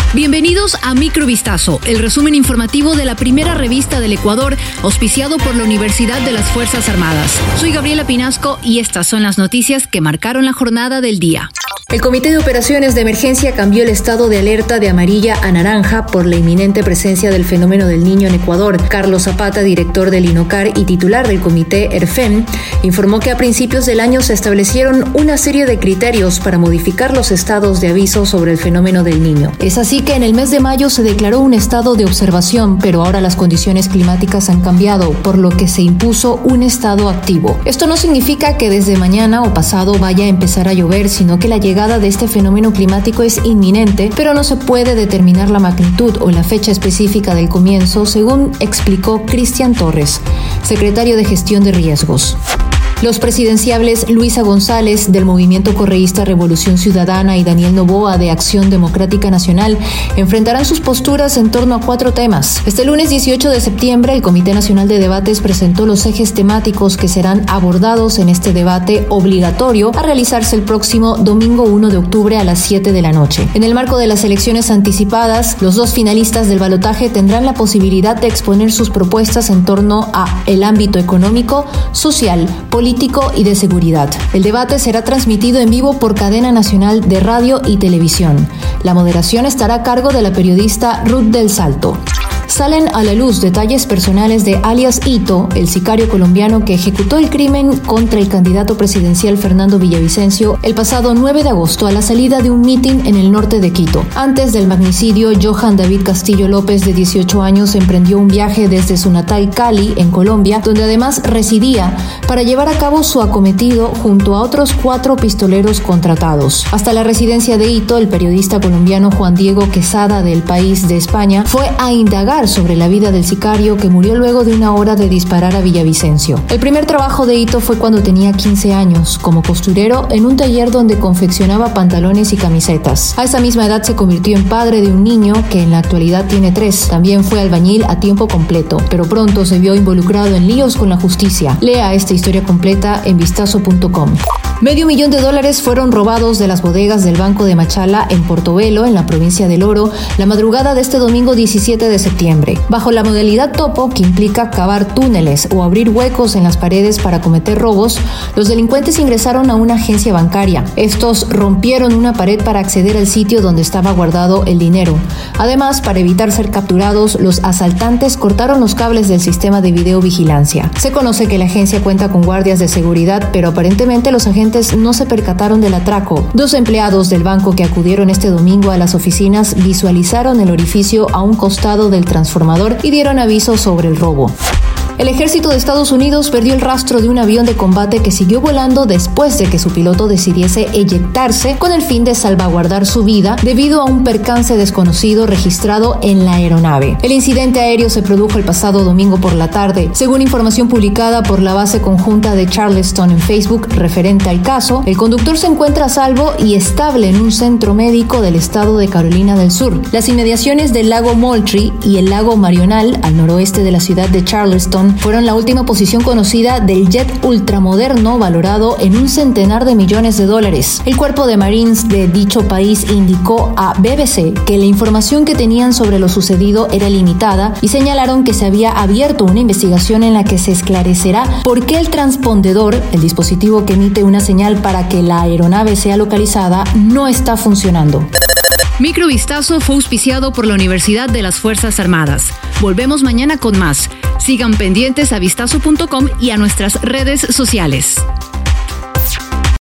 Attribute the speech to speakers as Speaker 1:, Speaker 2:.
Speaker 1: Bienvenidos a Microvistazo, el resumen informativo de la primera revista del Ecuador, auspiciado por la Universidad de las Fuerzas Armadas. Soy Gabriela Pinasco y estas son las noticias que marcaron la jornada del día.
Speaker 2: El Comité de Operaciones de Emergencia cambió el estado de alerta de amarilla a naranja por la inminente presencia del fenómeno del Niño en Ecuador. Carlos Zapata, director del INOCAR y titular del Comité ERFEM, informó que a principios del año se establecieron una serie de criterios para modificar los estados de aviso sobre el fenómeno del Niño. Es así que en el mes de mayo se declaró un estado de observación, pero ahora las condiciones climáticas han cambiado, por lo que se impuso un estado activo. Esto no significa que desde mañana o pasado vaya a empezar a llover, sino que la llegada de este fenómeno climático es inminente, pero no se puede determinar la magnitud o la fecha específica del comienzo, según explicó Cristian Torres, secretario de Gestión de Riesgos. Los presidenciables Luisa González, del Movimiento Correísta Revolución Ciudadana, y Daniel Noboa, de Acción Democrática Nacional, enfrentarán sus posturas en torno a 4 temas. Este lunes 18 de septiembre, el Comité Nacional de Debates presentó los ejes temáticos que serán abordados en este debate obligatorio a realizarse el próximo domingo 1 de octubre a las 7 de la noche. En el marco de las elecciones anticipadas, los 2 finalistas del balotaje tendrán la posibilidad de exponer sus propuestas en torno a el ámbito económico, social, político y de seguridad. El debate será transmitido en vivo por cadena nacional de radio y televisión. La moderación estará a cargo de la periodista Ruth del Salto. Salen a la luz detalles personales de alias Hito, el sicario colombiano que ejecutó el crimen contra el candidato presidencial Fernando Villavicencio el pasado 9 de agosto a la salida de un mitin en el norte de Quito. Antes del magnicidio, Johan David Castillo López, de 18 años, emprendió un viaje desde su natal Cali, en Colombia, donde además residía, para llevar a cabo su acometido junto a otros 4 pistoleros contratados. Hasta la residencia de Hito, el periodista colombiano Juan Diego Quesada, del País de España, fue a indagar sobre la vida del sicario, que murió luego de una hora de disparar a Villavicencio. El primer trabajo de Hito fue cuando tenía 15 años, como costurero en un taller donde confeccionaba pantalones y camisetas. A esa misma edad se convirtió en padre de un niño que en la actualidad tiene 3. También fue albañil a tiempo completo, pero pronto se vio involucrado en líos con la justicia. Lea esta historia completa en vistazo.com. $500,000 fueron robados de las bodegas del Banco de Machala en Portobelo, en la provincia del Oro, la madrugada de este domingo 17 de septiembre. Bajo la modalidad topo, que implica cavar túneles o abrir huecos en las paredes para cometer robos, los delincuentes ingresaron a una agencia bancaria. Estos rompieron una pared para acceder al sitio donde estaba guardado el dinero. Además, para evitar ser capturados, los asaltantes cortaron los cables del sistema de videovigilancia. Se conoce que la agencia cuenta con guardias de seguridad, pero aparentemente los agentes no se percataron del atraco. 2 empleados del banco que acudieron este domingo a las oficinas visualizaron el orificio a un costado del transformador y dieron aviso sobre el robo. El ejército de Estados Unidos perdió el rastro de un avión de combate que siguió volando después de que su piloto decidiese eyectarse con el fin de salvaguardar su vida debido a un percance desconocido registrado en la aeronave. El incidente aéreo se produjo el pasado domingo por la tarde. Según información publicada por la base conjunta de Charleston en Facebook referente al caso, el conductor se encuentra a salvo y estable en un centro médico del estado de Carolina del Sur. Las inmediaciones del lago Moultrie y el lago Marional, al noroeste de la ciudad de Charleston, fueron la última posición conocida del jet ultramoderno valorado en $1 centenar de millones. El cuerpo de Marines de dicho país indicó a BBC que la información que tenían sobre lo sucedido era limitada y señalaron que se había abierto una investigación en la que se esclarecerá por qué el transpondedor, el dispositivo que emite una señal para que la aeronave sea localizada, no está funcionando.
Speaker 1: Microvistazo fue auspiciado por la Universidad de las Fuerzas Armadas. Volvemos mañana con más. Sigan pendientes a vistazo.com y a nuestras redes sociales.